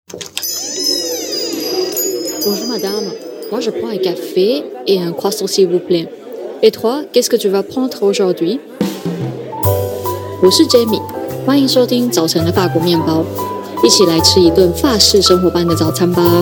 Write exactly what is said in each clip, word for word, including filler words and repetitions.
Bonjour madame, moi je prends un café et un croissant s'il vous plaît. Et toi, qu'est-ce que tu vas prendre aujourd'hui? 我是 Jamie， 欢迎收听早晨的法国面包，一起来吃一顿法式生活般的早餐吧。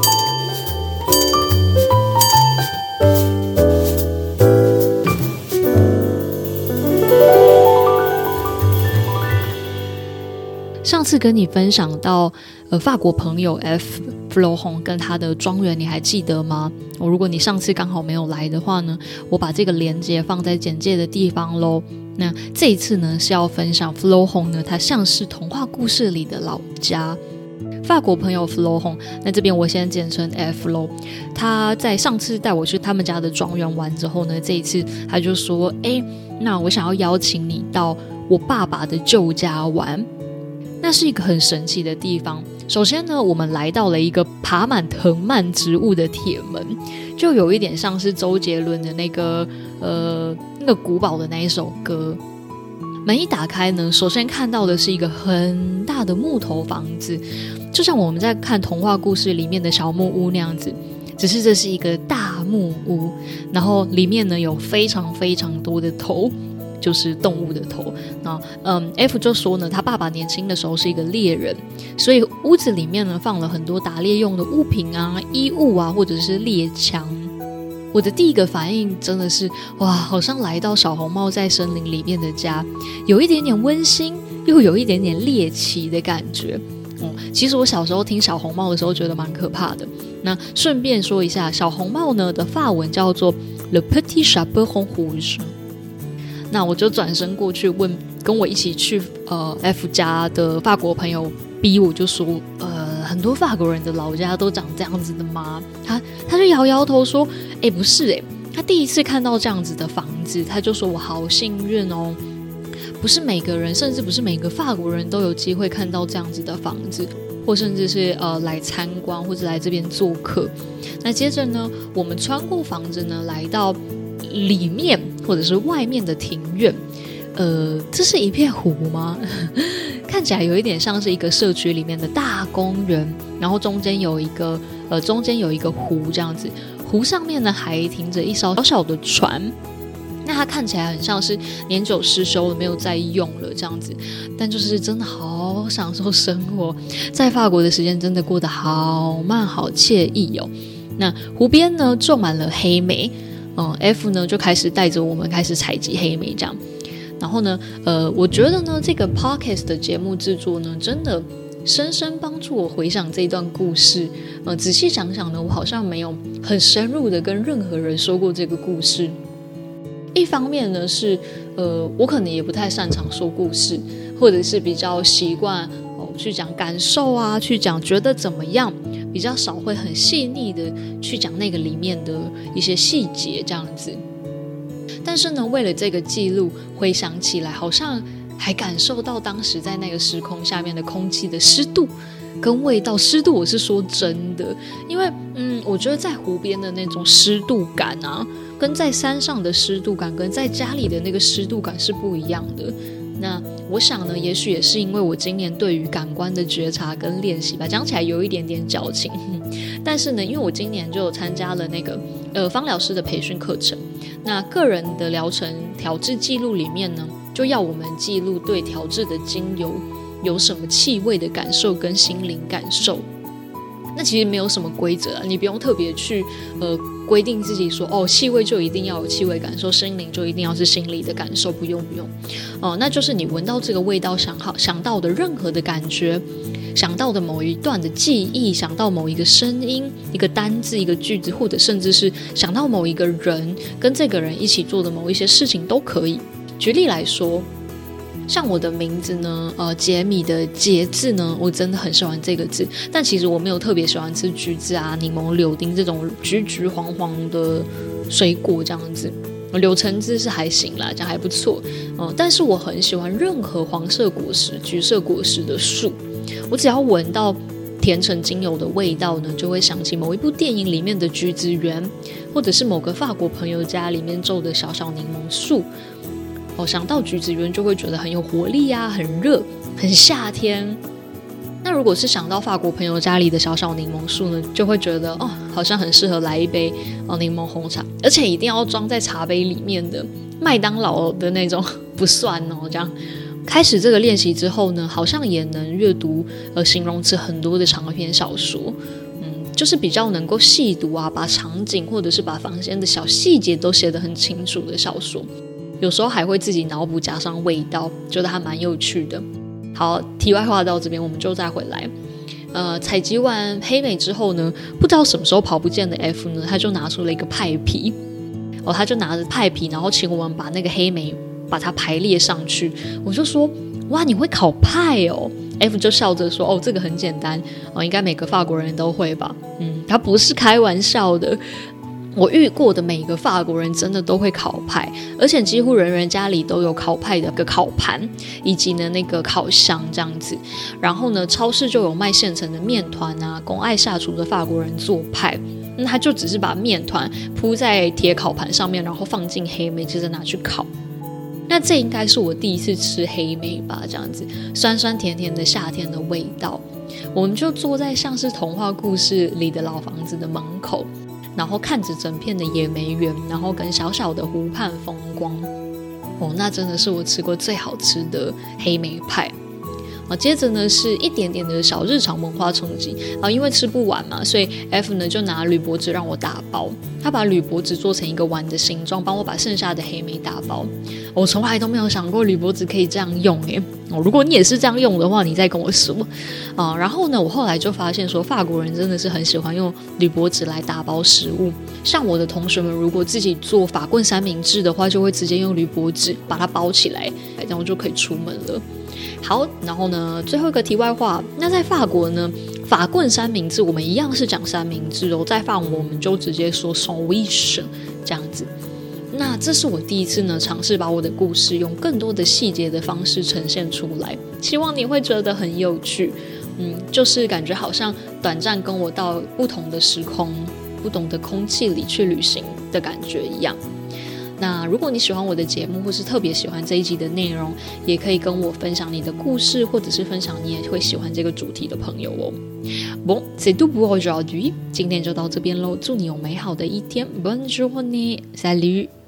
上次跟你分享到呃法国朋友 F Florent 跟他的庄园，你还记得吗？哦，如果你上次刚好没有来的话呢，我把这个连结放在简介的地方咯。那这一次呢是要分享 Florent 呢，他像是童话故事里的老家。法国朋友 Florent， 那这边我先简称 F 咯。他在上次带我去他们家的庄园玩之后呢，这一次他就说，哎，那我想要邀请你到我爸爸的旧家玩。那是一个很神奇的地方。首先呢，我们来到了一个爬满藤蔓植物的铁门，就有一点像是周杰伦的那个呃那个古堡的那一首歌。门一打开呢，首先看到的是一个很大的木头房子，就像我们在看童话故事里面的小木屋那样子，只是这是一个大木屋，然后里面呢有非常非常多的头，就是动物的头。那嗯 F 就说呢，他爸爸年轻的时候是一个猎人，所以屋子里面呢放了很多打猎用的物品啊、衣物啊，或者是猎枪。我的第一个反应真的是，哇，好像来到小红帽在森林里面的家，有一点点温馨，又有一点点猎奇的感觉。嗯，其实我小时候听小红帽的时候觉得蛮可怕的。那顺便说一下，小红帽呢的法文叫做 Le Petit Chaperon Rouge。那我就转身过去问跟我一起去呃 F 家的法国朋友 B， 我就说呃很多法国人的老家都长这样子的吗？他他就摇摇头说，哎，不是哎，他第一次看到这样子的房子，他就说我好幸运哦，不是每个人，甚至不是每个法国人都有机会看到这样子的房子，或甚至是呃来参观或者来这边做客。那接着呢，我们穿过房子呢，来到里面或者是外面的庭院。呃，这是一片湖吗？看起来有一点像是一个社区里面的大公园，然后中间有一个呃，中间有一个湖这样子，湖上面呢还停着一艘小小的船。那它看起来很像是年久失修了，没有再用了这样子，但就是真的好享受生活，在法国的时间真的过得好慢好惬意哦。那湖边呢种满了黑莓，嗯 ，F 呢就开始带着我们开始采集黑莓这样。然后呢，呃，我觉得呢，这个 podcast 的节目制作呢，真的深深帮助我回想这一段故事。呃，仔细想想呢，我好像没有很深入的跟任何人说过这个故事。一方面呢是，呃，我可能也不太擅长说故事，或者是比较习惯哦去讲感受啊，去讲觉得怎么样，比较少会很细腻的去讲那个里面的一些细节这样子。但是呢，为了这个记录，回想起来好像还感受到当时在那个时空下面的空气的湿度跟味道。湿度我是说真的，因为嗯，我觉得在湖边的那种湿度感啊，跟在山上的湿度感，跟在家里的那个湿度感是不一样的。那我想呢，也许也是因为我今年对于感官的觉察跟练习吧，讲起来有一点点矫情，但是呢，因为我今年就有参加了那个呃芳疗师的培训课程，那个人的疗程调制记录里面呢，就要我们记录对调制的精油有什么气味的感受跟心灵感受。那其实没有什么规则啊，你不用特别去呃规定自己说哦，气味就一定要有气味感受，心灵就一定要是心理的感受，不用不用哦、呃，那就是你闻到这个味道想好想到的任何的感觉，想到的某一段的记忆，想到某一个声音、一个单字、一个句子，或者甚至是想到某一个人跟这个人一起做的某一些事情都可以。举例来说，像我的名字呢，呃，杰米的杰字呢，我真的很喜欢这个字，但其实我没有特别喜欢吃橘子啊、柠檬、柳丁这种橘橘黄黄的水果这样子。柳橙汁是还行啦，这样还不错，嗯、呃，但是我很喜欢任何黄色果实、橘色果实的树，我只要闻到甜橙精油的味道呢，就会想起某一部电影里面的橘子园，或者是某个法国朋友家里面种的小小柠檬树。哦，想到橘子园就会觉得很有活力啊，很热，很夏天。那如果是想到法国朋友家里的小小柠檬树呢，就会觉得哦，好像很适合来一杯哦柠檬红茶，而且一定要装在茶杯里面的，麦当劳的那种不算哦。这样开始这个练习之后呢，好像也能阅读呃形容词很多的长篇小说，嗯，就是比较能够细读啊，把场景或者是把房间的小细节都写得很清楚的小说。有时候还会自己脑补加上味道，觉得还蛮有趣的。好，题外话到这边，我们就再回来。呃，采集完黑莓之后呢，不知道什么时候跑不见的 F 呢，他就拿出了一个派皮，哦，他就拿着派皮，然后请我们把那个黑莓把它排列上去。我就说，哇，你会烤派哦 ？F 就笑着说，哦，这个很简单，哦，应该每个法国人都会吧？嗯，他不是开玩笑的。我遇过的每个法国人真的都会烤派，而且几乎人人家里都有烤派的个烤盘，以及呢那个烤箱这样子。然后呢，超市就有卖现成的面团啊，公爱下厨的法国人做派，那他就只是把面团铺在铁烤盘上面，然后放进黑莓，接着拿去烤。那这应该是我第一次吃黑莓吧，这样子酸酸甜甜的夏天的味道。我们就坐在像是童话故事里的老房子的门口，然后看着整片的野莓园，然后跟小小的湖畔风光，哦，那真的是我吃过最好吃的黑莓派。啊，接着呢是一点点的小日常文化冲击啊，因为吃不完嘛，所以 F 呢就拿铝箔纸让我打包，他把铝箔纸做成一个碗的形状，帮我把剩下的黑莓打包。我从来都没有想过铝箔纸可以这样用耶，哦，如果你也是这样用的话，你再跟我说啊。然后呢，我后来就发现说，法国人真的是很喜欢用铝箔纸来打包食物。像我的同学们，如果自己做法棍三明治的话，就会直接用铝箔纸把它包起来，然后就可以出门了。好，然后呢，最后一个题外话，那在法国呢，法棍三明治我们一样是讲三明治哦，在法国我们就直接说 sandwich 这样子。那这是我第一次呢尝试把我的故事用更多的细节的方式呈现出来，希望你会觉得很有趣。嗯，就是感觉好像短暂跟我到不同的时空、不同的空气里去旅行的感觉一样。那如果你喜欢我的节目，或是特别喜欢这一集的内容，也可以跟我分享你的故事，或者是分享你也会喜欢这个主题的朋友哦。Bon, c'est tout pour aujourd'hui. 今天就到这边咯，祝你有美好的一天。Bonne journée, salut.